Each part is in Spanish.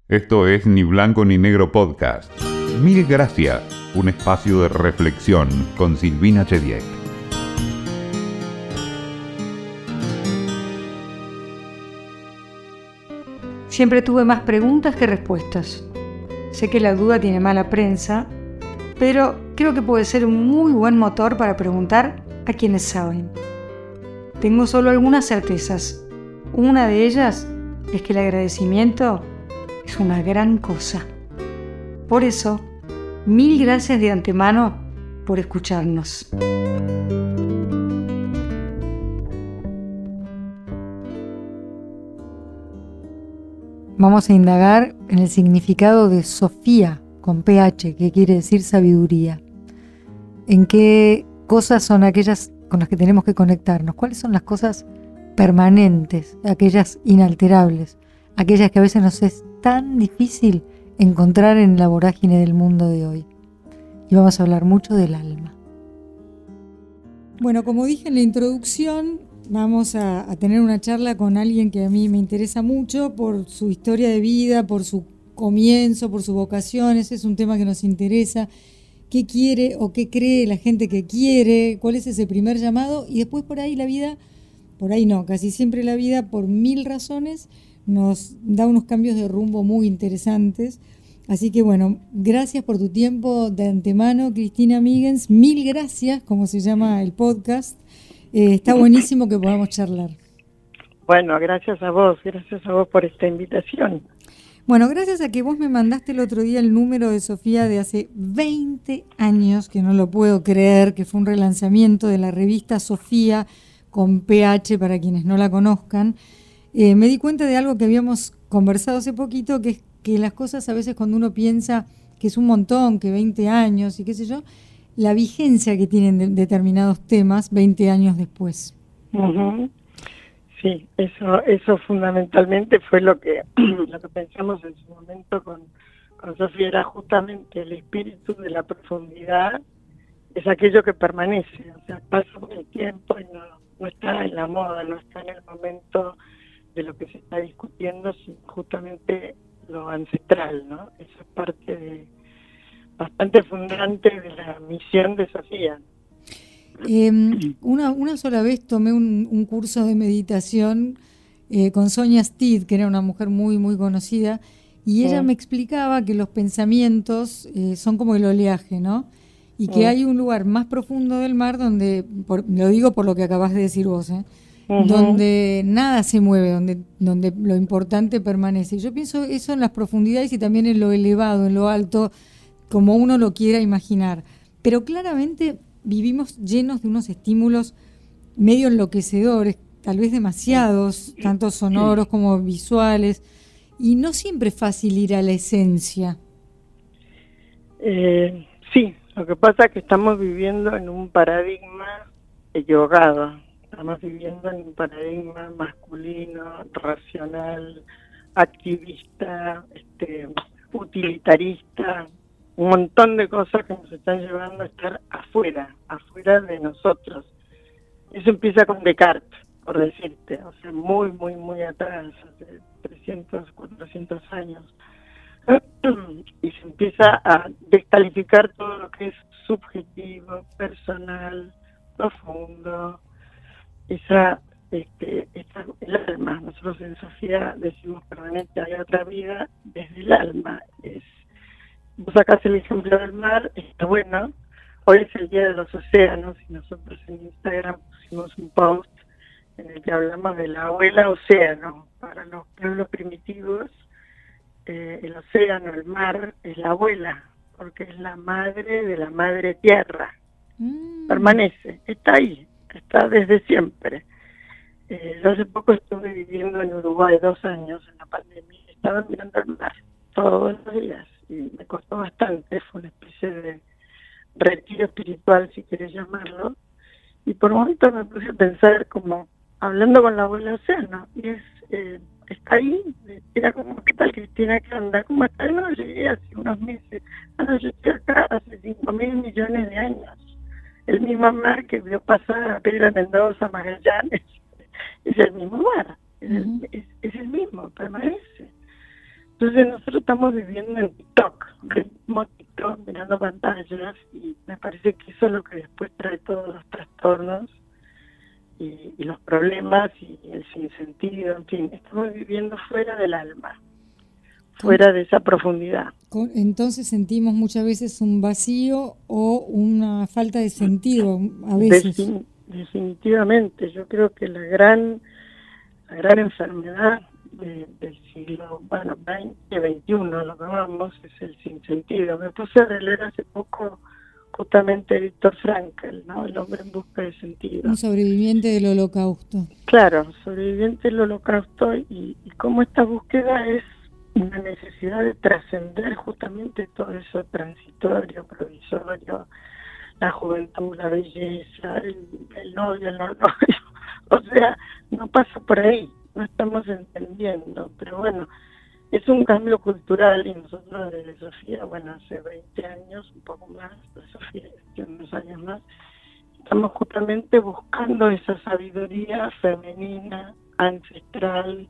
Esto es Ni Blanco ni Negro Podcast. Mil gracias, un espacio de reflexión con Silvina Chediek. Siempre tuve más preguntas que respuestas. Sé que la duda tiene mala prensa, pero creo que puede ser un muy buen motor para preguntar a quienes saben. Tengo solo algunas certezas. Una de ellas es que el agradecimiento es una gran cosa. Por eso, mil gracias de antemano por escucharnos. Vamos a indagar en el significado de Sofía con PH, que quiere decir sabiduría. ¿En qué cosas son aquellas con las que tenemos que conectarnos? ¿Cuáles son las cosas permanentes, aquellas inalterables, aquellas que a veces nos es tan difícil encontrar en la vorágine del mundo de hoy? Y vamos a hablar mucho del alma. Bueno, como dije en la introducción, vamos a tener una charla con alguien que a mí me interesa mucho por su historia de vida, por su comienzo, por su vocación. Ese es un tema que nos interesa. ¿Qué quiere o qué cree la gente que quiere? ¿Cuál es ese primer llamado? Y después por ahí la vida, por ahí no, casi siempre la vida, por mil razones, nos da unos cambios de rumbo muy interesantes. Así que bueno, gracias por tu tiempo de antemano, Cristina Migens. Mil gracias, como se llama el podcast. Está buenísimo que podamos charlar. Bueno, gracias a vos por esta invitación. Bueno, gracias a que vos me mandaste el otro día el número de Sofía de hace 20 años, que no lo puedo creer, que fue un relanzamiento de la revista Sofía con PH para quienes no la conozcan. Me di cuenta de algo que habíamos conversado hace poquito, que es que las cosas a veces cuando uno piensa que es un montón, que 20 años y qué sé yo, la vigencia que tienen determinados temas 20 años después. Uh-huh. Sí, eso fundamentalmente fue lo que pensamos en su momento con Sofía, era justamente el espíritu de la profundidad, es aquello que permanece, o sea, pasa por el tiempo y no está en la moda, no está en el momento de lo que se está discutiendo, sino justamente lo ancestral, ¿no? Eso es parte bastante fundante de la misión de Sofía. Una sola vez tomé un curso de meditación con Sonia Steed, que era una mujer muy, muy conocida, y ella me explicaba que los pensamientos son como el oleaje, ¿no? Y que hay un lugar más profundo del mar donde, lo digo por lo que acabas de decir vos, donde nada se mueve, donde lo importante permanece. Yo pienso eso en las profundidades y también en lo elevado, en lo alto, como uno lo quiera imaginar. Pero claramente vivimos llenos de unos estímulos medio enloquecedores, tal vez demasiados, tanto sonoros como visuales, y no siempre es fácil ir a la esencia. Sí, lo que pasa es que estamos viviendo en un paradigma equivocado. Estamos viviendo en un paradigma masculino, racional, activista, utilitarista, un montón de cosas que nos están llevando a estar afuera de nosotros. Eso empieza con Descartes, por decirte, o sea, muy, muy, muy atrás, hace 300, 400 años. Y se empieza a descalificar todo lo que es subjetivo, personal, profundo. El alma. Nosotros en Sofía decimos permanente, hay otra vida desde el alma. Vos sacás el ejemplo del mar, está bueno. Hoy es el Día de los Océanos y nosotros en Instagram pusimos un post en el que hablamos de la abuela océano. Para los pueblos primitivos, el océano, el mar, es la abuela, porque es la madre de la madre tierra. Permanece, está ahí, está desde siempre. Yo hace poco estuve viviendo en Uruguay 2 años en la pandemia, estaba mirando el mar todos los días y me costó bastante, fue una especie de retiro espiritual, si querés llamarlo, y por un momento me puse a pensar como hablando con la abuela océano, y está ahí, era como, ¿qué tal Cristina? ¿Qué onda? ¿Cómo está? No, llegué hace unos meses, no, yo estoy acá hace 5.000 millones de años, el mismo mar que vio pasar a Pedro Mendoza, Magallanes, es el mismo mar, es el mismo, permanece. Entonces nosotros estamos viviendo en TikTok, ritmo TikTok, mirando pantallas, y me parece que eso es lo que después trae todos los trastornos y los problemas y el sinsentido, en fin, estamos viviendo fuera del alma, fuera de esa profundidad. Entonces sentimos muchas veces un vacío o una falta de sentido a veces. Definitivamente, yo creo que la gran enfermedad del siglo, bueno, 20, 21, lo que vamos, es el sinsentido. Me puse a leer hace poco justamente Viktor Frankl, ¿no? El hombre en busca de sentido. Un sobreviviente del Holocausto. Claro, sobreviviente del Holocausto, y cómo esta búsqueda es una necesidad de trascender justamente todo eso transitorio, provisorio, la juventud, la belleza, el novio, el no novio. O sea, no pasa por ahí, no estamos entendiendo, pero bueno, es un cambio cultural, y nosotros desde Sofía, bueno, hace 20 años, un poco más, de Sofía, unos años más, estamos justamente buscando esa sabiduría femenina, ancestral,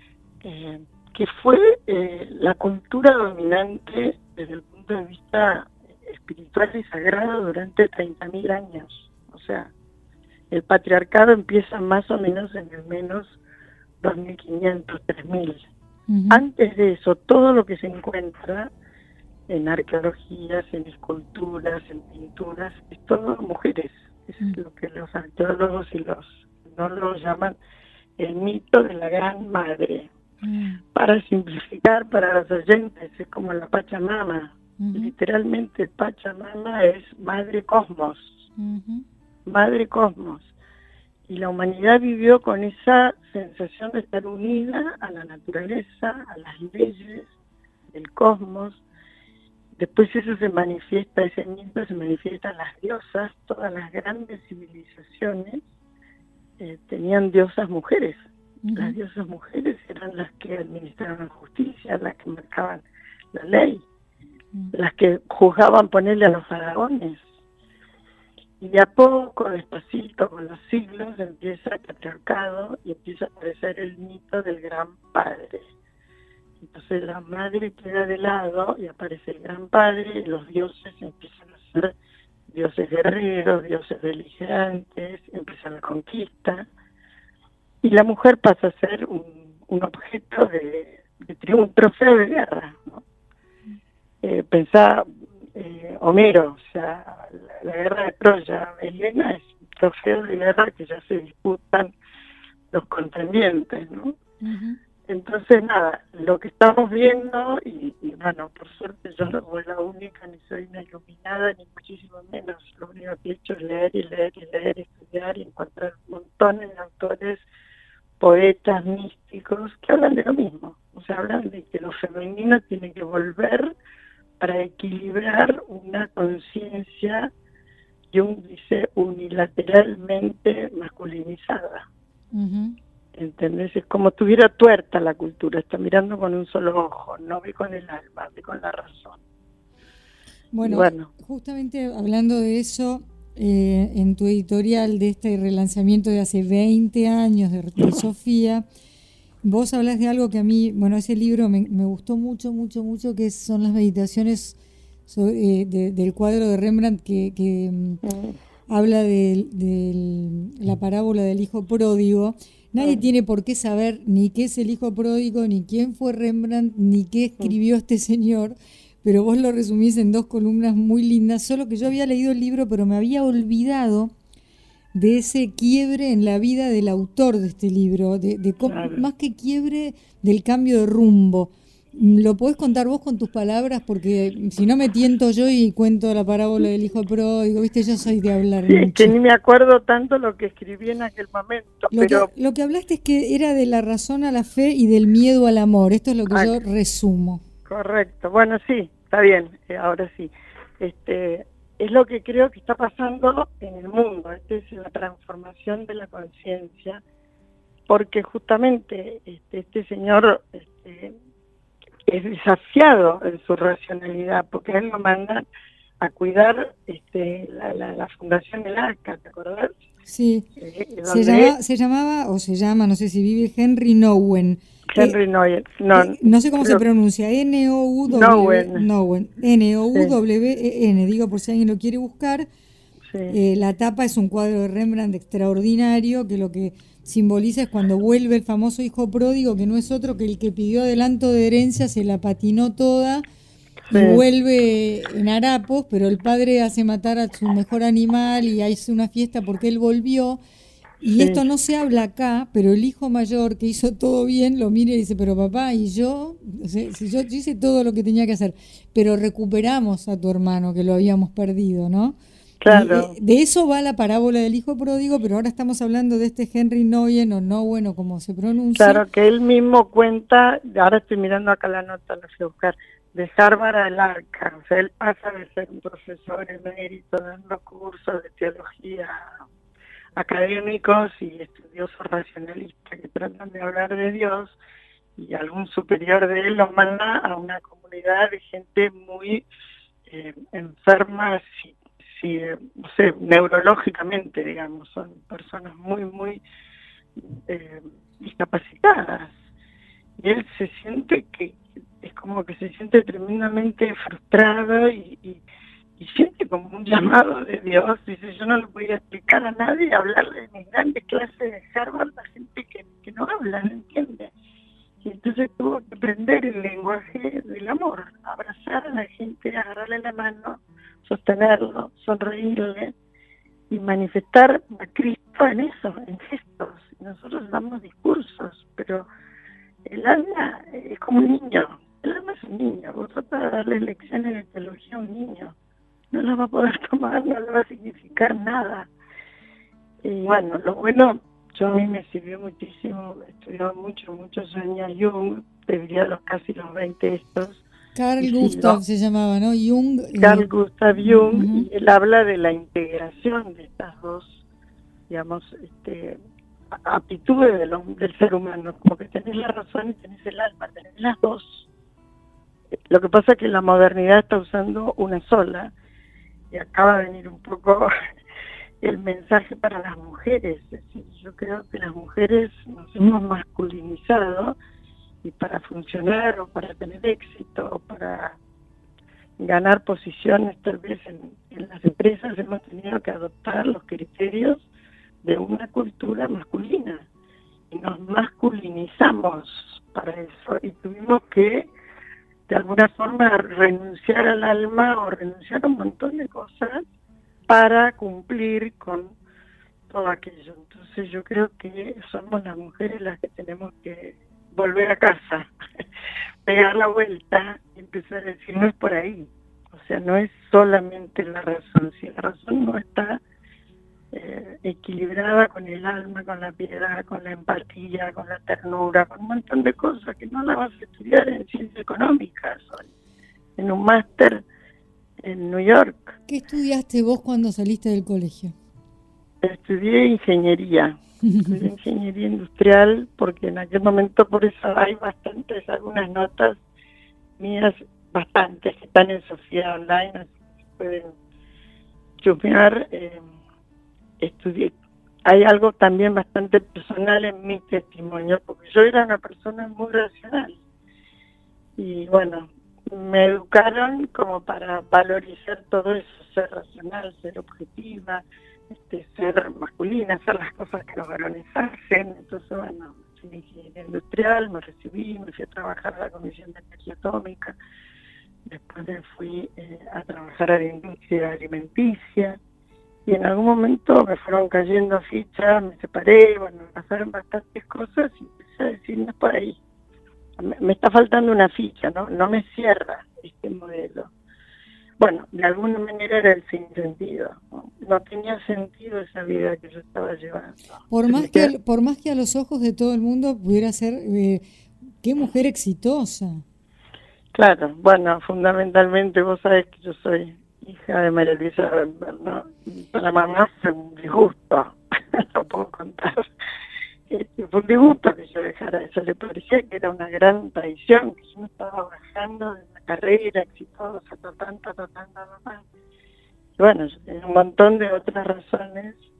que fue la cultura dominante desde el punto de vista espiritual y sagrado durante 30.000 años. O sea, el patriarcado empieza más o menos en el menos 2.500, 3.000. Antes de eso, todo lo que se encuentra en arqueologías, en esculturas, en pinturas, es todo mujeres. Es lo que los arqueólogos y los etnólogos llaman el mito de la gran madre. Para simplificar para los oyentes, es como la Pachamama. Literalmente Pachamama es madre cosmos. Madre cosmos. Y la humanidad vivió con esa sensación de estar unida a la naturaleza, a las leyes del cosmos. Después eso se manifiesta, ese mito se manifiesta en las diosas. Todas las grandes civilizaciones tenían diosas mujeres. Las diosas mujeres eran las que administraban la justicia, las que marcaban la ley, las que juzgaban ponerle a los faraones. Y de a poco, despacito, con los siglos, empieza el patriarcado y empieza a aparecer el mito del gran padre. Entonces la madre queda de lado y aparece el gran padre, y los dioses empiezan a ser dioses guerreros, dioses beligerantes, empieza la conquista, y la mujer pasa a ser un objeto de triunfo, un trofeo de guerra, ¿no? Pensá Homero, o sea, la guerra de Troya, Helena es un trofeo de guerra que ya se disputan los contendientes, ¿no? Entonces, nada, lo que estamos viendo, y bueno, por suerte yo no soy la única, ni soy una iluminada, ni muchísimo menos. Lo único que he hecho es leer y leer y leer, estudiar y encontrar montones de autores, poetas, místicos, que hablan de lo mismo. O sea, hablan de que lo femenino tiene que volver para equilibrar una conciencia, dice, unilateralmente masculinizada. ¿Entendés? Es como tuviera tuerta la cultura, está mirando con un solo ojo, no ve con el alma, ve con la razón. Bueno, justamente hablando de eso, en tu editorial de este relanzamiento de hace 20 años de Sofía, vos hablas de algo que a mí, bueno, ese libro me gustó mucho, mucho, mucho, que son las meditaciones del cuadro de Rembrandt que habla de la parábola del hijo pródigo. Nadie tiene por qué saber ni qué es el hijo pródigo, ni quién fue Rembrandt, ni qué escribió este señor, pero vos lo resumís en 2 columnas muy lindas, solo que yo había leído el libro, pero me había olvidado de ese quiebre en la vida del autor de este libro, de cómo, más que quiebre, del cambio de rumbo. ¿Lo podés contar vos con tus palabras? Porque si no me tiento yo y cuento la parábola del hijo pródigo, viste, yo soy de hablar mucho. Que ni me acuerdo tanto lo que escribí en aquel momento. Lo que hablaste es que era de la razón a la fe y del miedo al amor. Esto es lo que yo resumo. Correcto. Bueno, sí, está bien, ahora sí. Es lo que creo que está pasando en el mundo. Esta es la transformación de la conciencia, porque justamente este señor es desafiado en su racionalidad, porque a él lo mandan a cuidar la Fundación El Arca, ¿te acordás? Sí, donde se llamaba, o se llama, no sé si vive, Henry Nowen. Henry Nowen, No sé cómo se creo, pronuncia, N-O-U-W, Nowen, Nowen, sí, N-O-U-W-E-N, digo por si alguien lo quiere buscar. sí, La tapa es un cuadro de Rembrandt extraordinario que lo que simboliza es cuando vuelve el famoso hijo pródigo, que no es otro que el que pidió adelanto de herencia, se la patinó toda y sí, vuelve en harapos, pero el padre hace matar a su mejor animal y hace una fiesta porque él volvió. Y sí, esto no se habla acá, pero el hijo mayor que hizo todo bien lo mira y dice, pero papá, y yo, o sea, si yo hice todo lo que tenía que hacer, pero recuperamos a tu hermano que lo habíamos perdido, ¿no? Y claro, de eso va la parábola del hijo pródigo, pero ahora estamos hablando de este Henry Noyen o Nowen o como se pronuncie. claro, que él mismo cuenta, ahora estoy mirando acá la nota, la fui a buscar, de Harvard al Arca, o sea, él pasa de ser un profesor emérito dando cursos de teología académicos y estudiosos racionalistas que tratan de hablar de Dios, y algún superior de él lo manda a una comunidad de gente muy enferma, no sé, neurológicamente, digamos, son personas muy, muy discapacitadas. Y él se siente que, es como que se siente tremendamente frustrado y siente como un llamado de Dios. Dice, yo no le voy a explicar a nadie, hablarle de mis grandes clases de Harvard, la gente que no habla, no entiende. Y entonces tuvo que aprender el lenguaje del amor, abrazar a la gente, agarrarle la mano, sostenerlo, sonreírle y manifestar a Cristo en eso, en gestos. Y nosotros damos discursos, pero el alma es como un niño, el alma es un niño. Vos tratás de darle lecciones de teología a un niño, no la va a poder tomar, no le va a significar nada. Y bueno, lo bueno, yo a mí me sirvió muchísimo, he estudiado muchos años Jung, debería casi los 20 estos, y Carl sí, Gustav se llamaba, ¿no? Jung. Carl Gustav Jung, Ujú. y él habla de la integración de estas dos, digamos, aptitudes del ser humano, como que tenés la razón y tenés el alma, tenés las dos. Lo que pasa es que la modernidad está usando una sola, y acaba de venir un poco el mensaje para las mujeres. Es decir, yo creo que las mujeres nos hemos masculinizado y para funcionar o para tener éxito o para ganar posiciones tal vez en las empresas hemos tenido que adoptar los criterios de una cultura masculina y nos masculinizamos para eso y tuvimos que de alguna forma renunciar al alma o renunciar a un montón de cosas para cumplir con todo aquello. Entonces yo creo que somos las mujeres las que tenemos que volver a casa, pegar la vuelta y empezar a decir, no es por ahí. O sea, no es solamente la razón. Si la razón no está equilibrada con el alma, con la piedad, con la empatía, con la ternura, con un montón de cosas que no las vas a estudiar en ciencias económicas o en un máster en New York. ¿Qué estudiaste vos cuando saliste del colegio? Estudié ingeniería industrial, porque en aquel momento, por eso hay algunas notas mías, bastantes, que están en Sofía Online, así que pueden chusmear. Estudié, hay algo también bastante personal en mi testimonio, porque yo era una persona muy racional. Y bueno, me educaron como para valorizar todo eso, ser racional, ser objetiva, ser masculina, hacer las cosas que los varones hacen. Entonces, bueno, soy ingeniera industrial, me recibí, me fui a trabajar a la Comisión de Energía Atómica, después me fui a trabajar a la industria alimenticia, y en algún momento me fueron cayendo fichas, me separé, bueno, pasaron bastantes cosas y empecé a decir, no es por ahí. Me está faltando una ficha, no me cierra este modelo. Bueno, de alguna manera era el sinsentido, no tenía sentido esa vida que yo estaba llevando. Por más que a los ojos de todo el mundo pudiera ser, qué mujer exitosa. Claro, bueno, fundamentalmente vos sabés que yo soy hija de María Luisa Rember, ¿no? Para mamá fue un disgusto, no puedo contar. Fue un disgusto que yo dejara eso, le parecía que era una gran traición, que yo me estaba bajando de una carrera exitosa, y bueno, yo tenía un montón de otras razones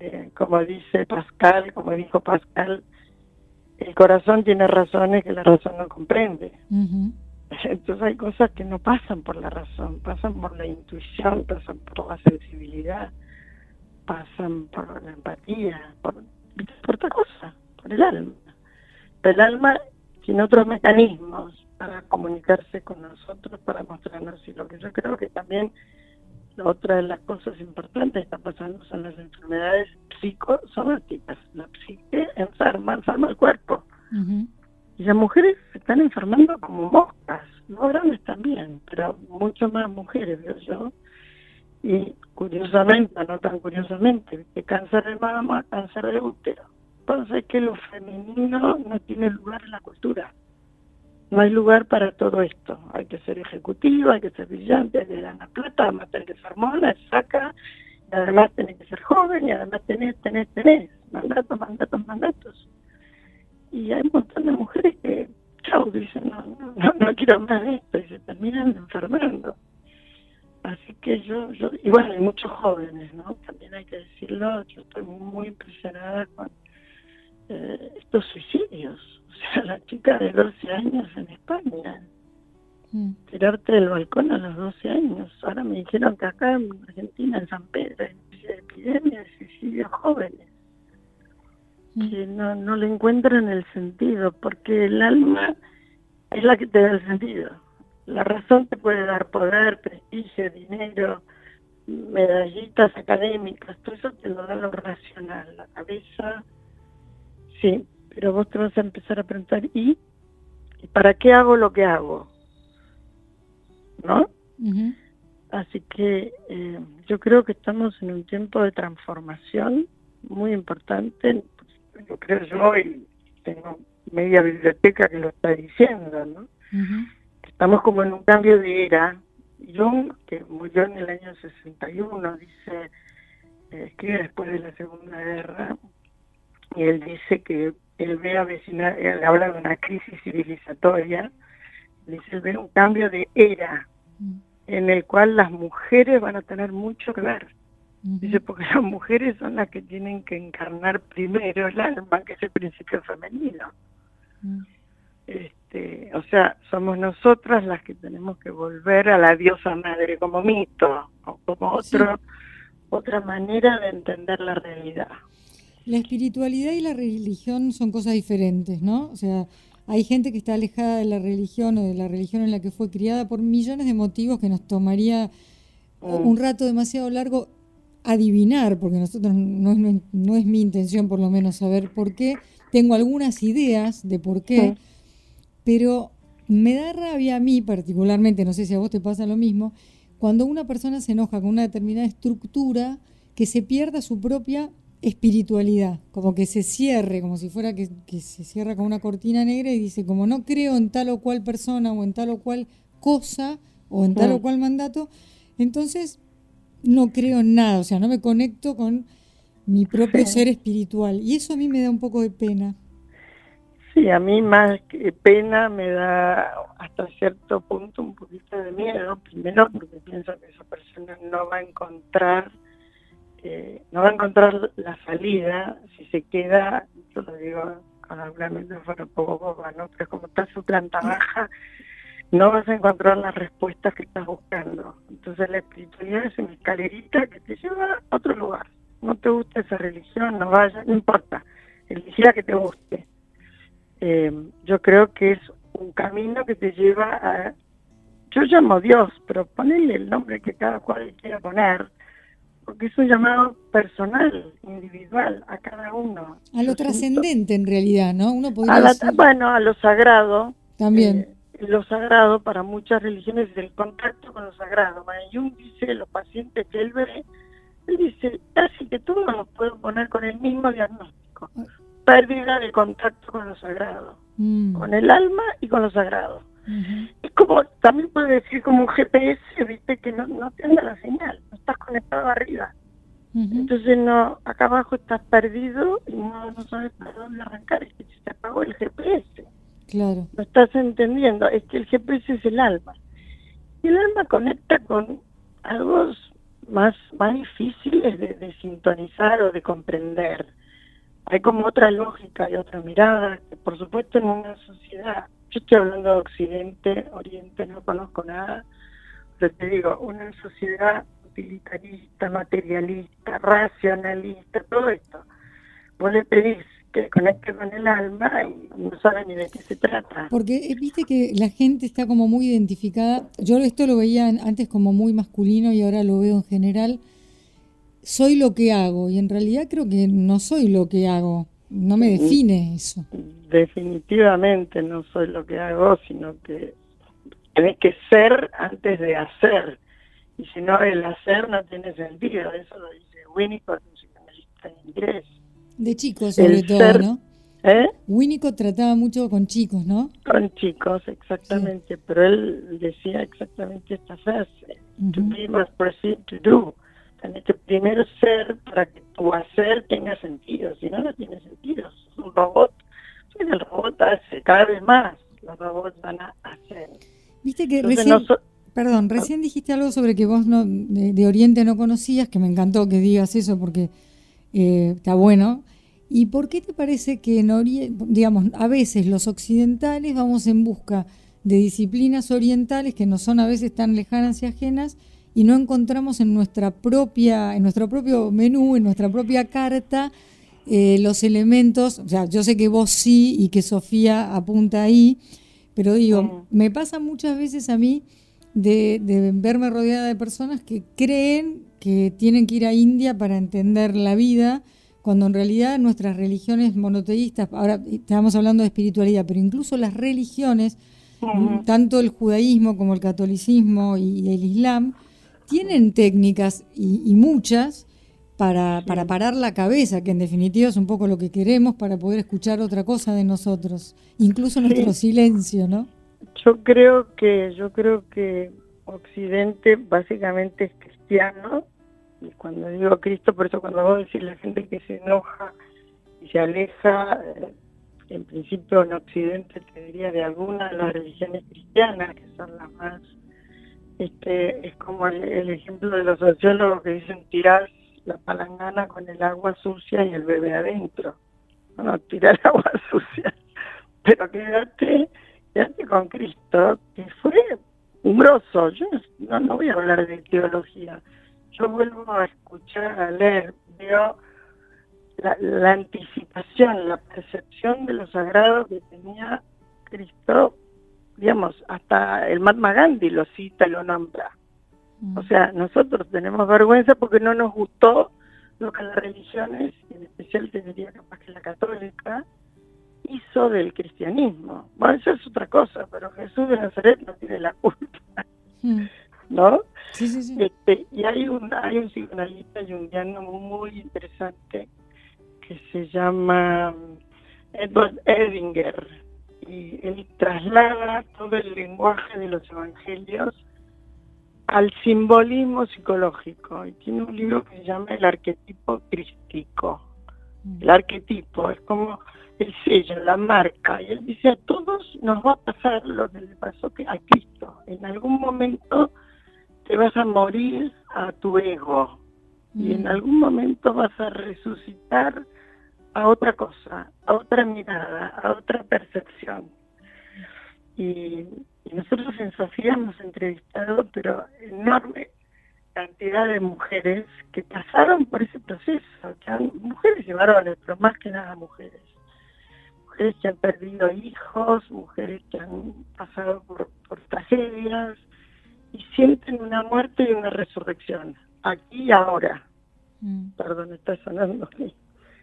como dice Pascal, como dijo Pascal, el corazón tiene razones que la razón no comprende. Entonces hay cosas que no pasan por la razón, pasan por la intuición, pasan por la sensibilidad, pasan por la empatía, por otra cosa, por el alma. Pero el alma tiene otros mecanismos para comunicarse con nosotros, para mostrarnos. Y lo que yo creo que también otra de las cosas importantes que está pasando son las enfermedades psicosomáticas. La psique enferma el cuerpo. Y las mujeres se están enfermando como moscas, los varones también, pero mucho más mujeres, veo yo. Y curiosamente, no tan curiosamente, que cáncer de mama, cáncer de útero. Entonces que lo femenino no tiene lugar en la cultura. No hay lugar para todo esto. Hay que ser ejecutivo, hay que ser brillante, hay que ganar plata, además tenés que ser mona, saca, y además tenés que ser joven, y además tenés mandatos. Y hay un montón de mujeres que, chau, dicen, no quiero más de esto, y se terminan enfermando. Así que y bueno, hay muchos jóvenes, ¿no? También hay que decirlo, yo estoy muy impresionada con estos suicidios. O sea, la chica de 12 años en España, tirarte del balcón a los 12 años. Ahora me dijeron que acá en Argentina, en San Pedro, hay una epidemia de suicidios jóvenes. Que no le encuentran el sentido, porque el alma es la que te da el sentido. La razón te puede dar poder, prestigio, dinero, medallitas académicas, todo eso te lo da lo racional, la cabeza, sí, pero vos te vas a empezar a preguntar, ¿y para qué hago lo que hago? ¿No? Así que yo creo que estamos en un tiempo de transformación muy importante. Yo creo yo, y tengo media biblioteca que lo está diciendo, ¿no? Estamos como en un cambio de era. Jung, que murió en el año 61, dice, escribe después de la Segunda Guerra, y él dice que él ve avecinar, él habla de una crisis civilizatoria, dice, él ve un cambio de era, en el cual las mujeres van a tener mucho que ver. Dice, porque las mujeres son las que tienen que encarnar primero el alma, que es el principio femenino. O sea, somos nosotras las que tenemos que volver a la diosa madre como mito, o como otra manera de entender la realidad. La espiritualidad y la religión son cosas diferentes, ¿no? O sea, hay gente que está alejada de la religión o de la religión en la que fue criada por millones de motivos que nos tomaría un rato demasiado largo adivinar, porque nosotros no es mi intención por lo menos saber por qué. Tengo algunas ideas de por qué, pero me da rabia a mí particularmente, no sé si a vos te pasa lo mismo, cuando una persona se enoja con una determinada estructura que se pierda su propia espiritualidad, como que se cierre, como si fuera que se cierra con una cortina negra y dice, como no creo en tal o cual persona o en tal o cual cosa o en tal o cual mandato, entonces no creo en nada, o sea, no me conecto con mi propio ser espiritual, y eso a mí me da un poco de pena. Sí, a mí más que pena me da hasta cierto punto un poquito de miedo, primero porque pienso que esa persona no va a encontrar la salida si se queda, yo lo digo con alguna metáfora un poco boba, ¿no? Pero como está su planta baja, no vas a encontrar las respuestas que estás buscando. Entonces la espiritualidad es una escalerita que te lleva a otro lugar. No te gusta esa religión, no vayas, no importa, elegí la que te guste. Yo creo que es un camino que te lleva a, yo llamo Dios, pero ponele el nombre que cada cual quiera poner, porque es un llamado personal, individual, a cada uno. A lo trascendente en realidad, ¿no? Uno podría decir... Bueno, a lo sagrado. También. Lo sagrado para muchas religiones es el contacto con lo sagrado. Jung dice, los pacientes que él ve, él dice, casi que todos nos podemos poner con el mismo diagnóstico. Pérdida de contacto con lo sagrado, con el alma y con lo sagrado. Es como, también puede decir como un GPS, viste, que no te anda la señal, no estás conectado arriba. Entonces no, acá abajo estás perdido y no sabes para dónde arrancar, es que se te apagó el GPS. Claro. No estás entendiendo, es que el GPS es el alma. Y el alma conecta con algo más difíciles de sintonizar o de comprender. Hay como otra lógica y otra mirada, que por supuesto en una sociedad, yo estoy hablando de Occidente, Oriente no conozco nada, pero te digo, una sociedad utilitarista, materialista, racionalista, todo esto, vos le pedís que conecte con el alma y no sabe ni de qué se trata. Porque viste que la gente está como muy identificada, yo esto lo veía antes como muy masculino y ahora lo veo en general, soy lo que hago, y en realidad creo que no soy lo que hago, no me define eso. Definitivamente no soy lo que hago, sino que tenés que ser antes de hacer, y si no el hacer no tiene sentido. Eso lo dice Winnicott, un psicoanalista inglés. De chicos sobre todo, ser, ¿no? ¿Eh? Winnicott trataba mucho con chicos, ¿no? Con chicos, exactamente, sí. Pero él decía exactamente esta frase, to be must proceed to do. Tenés que primero ser para que tu hacer tenga sentido, si no, no tiene sentido. Es un robot, el robot hace, cada vez más los robots van a hacer. Viste que recién dijiste algo sobre que vos no de Oriente no conocías, que me encantó que digas eso porque está bueno. ¿Y por qué te parece que en Oriente, digamos, a veces los occidentales vamos en busca de disciplinas orientales que nos son a veces tan lejanas y ajenas, y no encontramos en nuestro propio menú, en nuestra propia carta, los elementos? O sea, yo sé que vos sí y que Sofía apunta ahí, pero digo, me pasa muchas veces a mí de verme rodeada de personas que creen que tienen que ir a India para entender la vida, cuando en realidad nuestras religiones monoteístas, ahora estamos hablando de espiritualidad, pero incluso las religiones, tanto el judaísmo como el catolicismo y el islam, tienen técnicas y muchas para parar la cabeza, que en definitiva es un poco lo que queremos para poder escuchar otra cosa de nosotros, incluso nuestro silencio, ¿no? Yo creo que Occidente básicamente es cristiano, y cuando digo Cristo, por eso cuando vos decís la gente que se enoja y se aleja, en principio en Occidente te diría de algunas de las religiones cristianas, que son las más, es como el ejemplo de los sociólogos que dicen tirar la palangana con el agua sucia y el bebé adentro. No, tirar agua sucia, pero quédate con Cristo, que fue un grosso. Yo no voy a hablar de teología, yo vuelvo a escuchar, a leer, veo la anticipación, la percepción de lo sagrado que tenía Cristo, digamos, hasta el Mahatma Gandhi lo cita y lo nombra. O sea, nosotros tenemos vergüenza porque no nos gustó lo que las religiones, en especial te diría capaz que la católica, hizo del cristianismo. Bueno, eso es otra cosa, pero Jesús de Nazaret no tiene la culpa, ¿no? Sí, sí, sí. Y hay un psicoanalista junguiano muy interesante que se llama Edward Edinger, y él traslada todo el lenguaje de los evangelios al simbolismo psicológico, y tiene un libro que se llama El arquetipo crístico. El arquetipo es como el sello, la marca, y él dice: a todos nos va a pasar lo que le pasó a Cristo. En algún momento te vas a morir a tu ego, y en algún momento vas a resucitar a otra cosa, a otra mirada, a otra percepción. Y nosotros en Sofía hemos entrevistado, pero enorme cantidad de mujeres que pasaron por ese proceso, mujeres y varones, pero más que nada mujeres. Mujeres que han perdido hijos, mujeres que han pasado por tragedias y sienten una muerte y una resurrección, aquí y ahora. Perdón, está sonando aquí.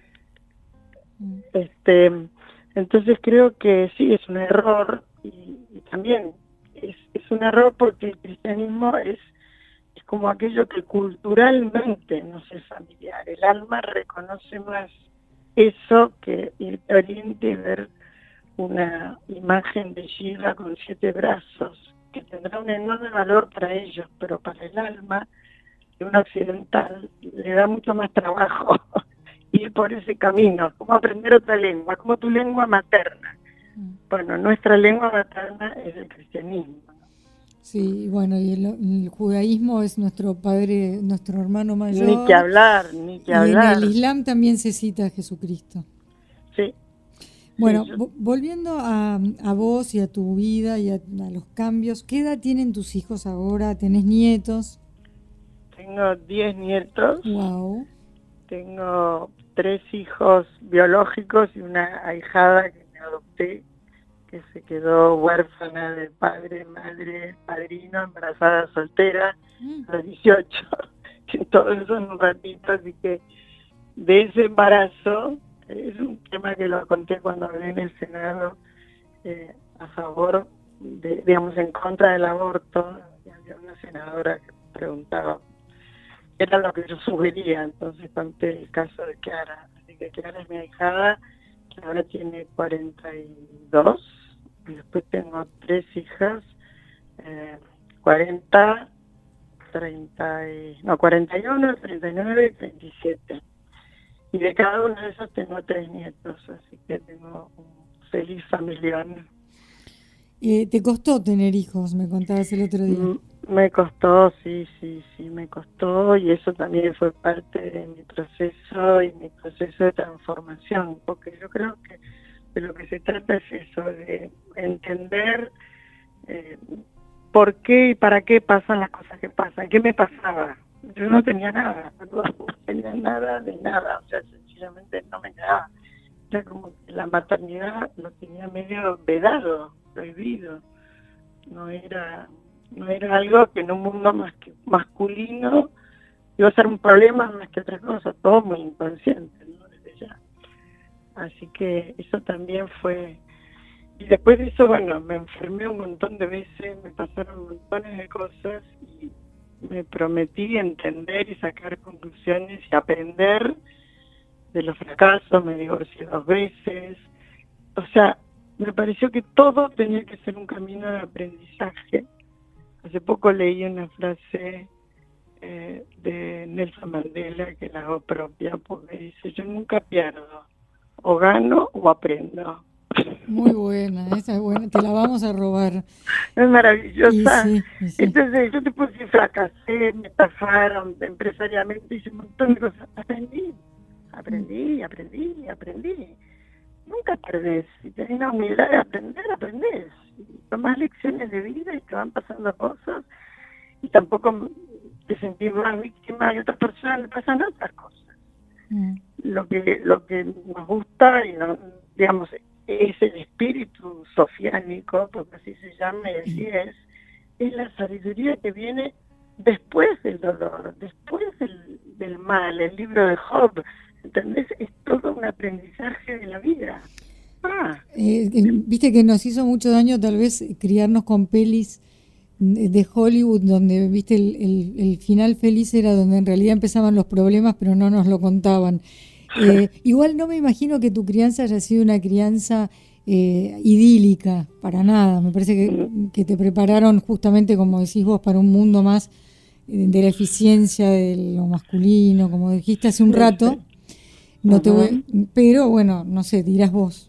Entonces creo que sí, es un error, y también es un error porque el cristianismo es como aquello que culturalmente nos es familiar. El alma reconoce más eso que ir a Oriente y ver una imagen de Shiva con 7 brazos, que tendrá un enorme valor para ellos, pero para el alma de un occidental le da mucho más trabajo ir por ese camino, como aprender otra lengua, como tu lengua materna. Bueno, nuestra lengua materna es el cristianismo. Sí, bueno, y el judaísmo es nuestro padre, nuestro hermano mayor. Ni que hablar, ni que y hablar. en el Islam también se cita a Jesucristo. Sí. Bueno, Sí, volviendo a vos y a tu vida y a los cambios, ¿qué edad tienen tus hijos ahora? ¿Tenés nietos? tengo 10 nietos, Wow. tengo 3 hijos biológicos y una ahijada que me adopté, que se quedó huérfana de padre, madre, padrino, embarazada, soltera, a los 18, que todo eso en un ratito, así que de ese embarazo, es un tema que lo conté cuando hablé en el Senado, a favor, digamos, en contra del aborto, y había una senadora que preguntaba, era lo que yo sugería, entonces conté el caso de Clara, así que Clara es mi ahijada, que ahora tiene 42, y después tengo 3 hijas, 40, 41, 39 y 37. Y de cada uno de esos tengo 3 nietos, así que tengo un feliz familión. ¿Te costó tener hijos? Me contabas el otro día. Me costó, sí, me costó, y eso también fue parte de mi proceso y mi proceso de transformación, porque yo creo que de lo que se trata es eso, de entender por qué y para qué pasan las cosas que pasan. ¿Qué me pasaba? Yo no tenía nada, perdón, no tenía nada de nada, o sea, sencillamente no me quedaba. Era como que la maternidad lo tenía medio vedado, prohibido. No era algo que en un mundo más que masculino iba a ser un problema más que otra cosa, todo muy inconsciente, ¿no? Desde ya. Así que eso también fue. Y después de eso, bueno, me enfermé un montón de veces, me pasaron montones de cosas y me prometí entender y sacar conclusiones y aprender de los fracasos. Me divorcié 2 veces. O sea, me pareció que todo tenía que ser un camino de aprendizaje. Hace poco leí una frase de Nelson Mandela que la hago propia, porque dice: yo nunca pierdo, o gano o aprendo. Muy buena, esa es buena, te la vamos a robar. Es maravillosa. Sí. Entonces yo te puse que fracasé, me estafaron empresariamente, hice un montón de cosas. Aprendí. Nunca perdés. Si tenés la humildad de aprender, aprendés. Y tomás lecciones de vida y te van pasando cosas. Y tampoco te sentís más víctima de otras personas, le pasan otras cosas. Lo que nos gusta, y no, digamos, es el espíritu sofiánico, porque así se llama, y así es la sabiduría que viene después del dolor, después del mal. El libro de Job, ¿entendés? Es todo un aprendizaje de la vida. Viste que nos hizo mucho daño tal vez criarnos con pelis de Hollywood, donde viste el final feliz era donde en realidad empezaban los problemas, pero no nos lo contaban. Igual no me imagino que tu crianza haya sido una crianza idílica, para nada. Me parece que te prepararon justamente, como decís vos, para un mundo más de la eficiencia de lo masculino, como dijiste hace un rato. No te voy, pero bueno, no sé, dirás vos.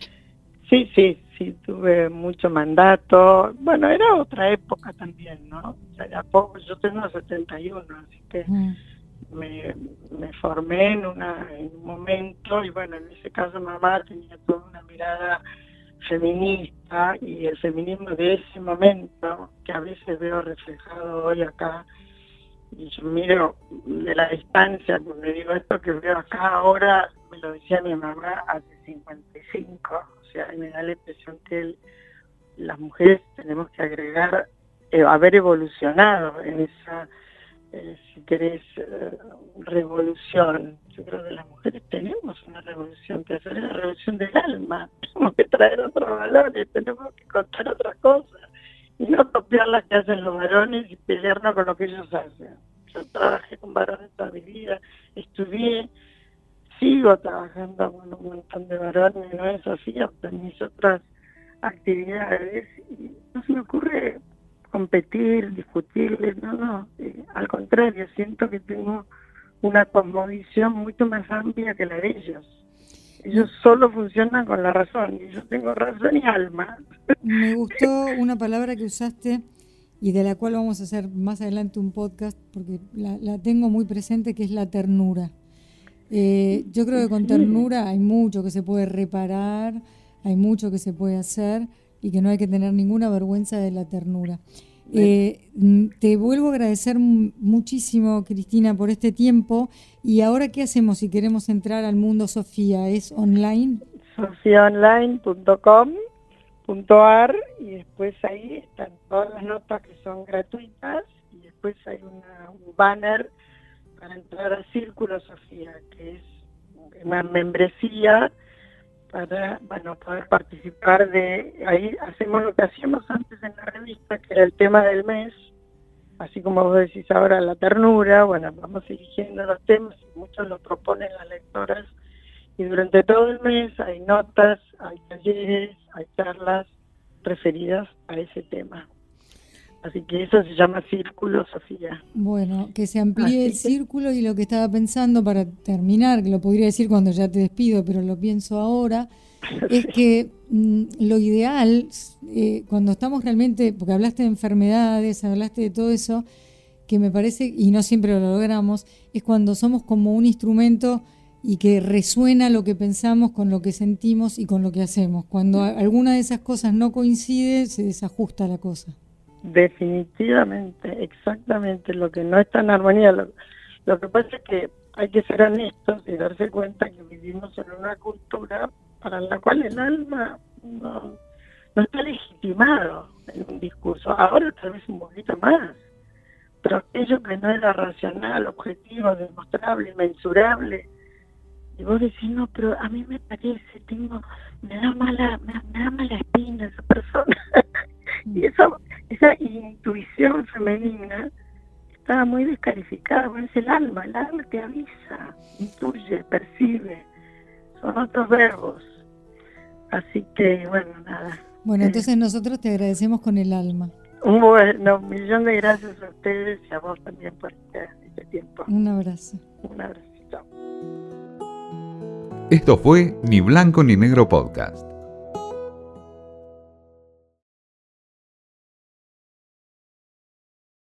Sí, tuve mucho mandato. Bueno, era otra época también, ¿no? O sea, ya poco, yo tengo 71, así que me formé en un momento, y bueno, en ese caso mamá tenía toda una mirada feminista, y el feminismo de ese momento, que a veces veo reflejado hoy acá, y yo miro de la distancia, porque digo, esto que veo acá ahora, me lo decía mi mamá hace 55, o sea, me da la impresión que las mujeres tenemos que agregar, haber evolucionado en esa, si querés, revolución. Yo creo que las mujeres tenemos una revolución que hacer, es la revolución del alma. Tenemos que traer otros valores, tenemos que contar otras cosas, y no copiar las que hacen los varones y pelearnos con lo que ellos hacen. Yo trabajé con varones toda mi vida, estudié, sigo trabajando con un montón de varones, no es así, en mis otras actividades, y no se me ocurre competir, discutirles, no, al contrario, siento que tengo una cosmovisión mucho más amplia que la de ellos. Ellos solo funcionan con la razón, y yo tengo razón y alma. Me gustó una palabra que usaste, y de la cual vamos a hacer más adelante un podcast, porque la tengo muy presente, que es la ternura. Yo creo que con ternura hay mucho que se puede reparar, hay mucho que se puede hacer y que no hay que tener ninguna vergüenza de la ternura. Te vuelvo a agradecer muchísimo, Cristina, por este tiempo. Y ahora, ¿qué hacemos si queremos entrar al mundo Sofía? ¿Es online? sofiaonline.com.ar, y después ahí están todas las notas que son gratuitas, y después hay un banner para entrar a Círculo Sofía, que es una membresía para poder participar de ahí. Hacemos lo que hacíamos antes en la revista, que era el tema del mes, así como vos decís ahora, la ternura. Bueno, vamos eligiendo los temas y muchos lo proponen las lectoras, y durante todo el mes hay notas, hay talleres, hay charlas referidas a ese tema. Así que eso se llama Círculo Sofía. Bueno, que se amplíe el círculo. Y lo que estaba pensando para terminar, que lo podría decir cuando ya te despido, pero lo pienso ahora, es que lo ideal, cuando estamos realmente, porque hablaste de enfermedades, hablaste de todo eso, que me parece, y no siempre lo logramos, es cuando somos como un instrumento y que resuena lo que pensamos con lo que sentimos y con lo que hacemos. Cuando alguna de esas cosas no coincide, se desajusta la cosa. Definitivamente, exactamente, lo que no está en armonía. Lo que pasa es que hay que ser honestos y darse cuenta que vivimos en una cultura para la cual el alma no está legitimado en un discurso. Ahora tal vez un poquito más, pero aquello que no era racional, objetivo, demostrable, mensurable, y vos decís, no, pero a mí me parece, me da mala espina esa persona. Y esa intuición femenina estaba muy descalificada. Bueno, es el alma te avisa, intuye, percibe, son otros verbos. Así que, bueno, nada. Bueno, entonces nosotros te agradecemos con el alma. Bueno, un millón de gracias a ustedes y a vos también por este tiempo. Un abrazo. Un abrazo, chao. Esto fue Ni Blanco ni Negro Podcast.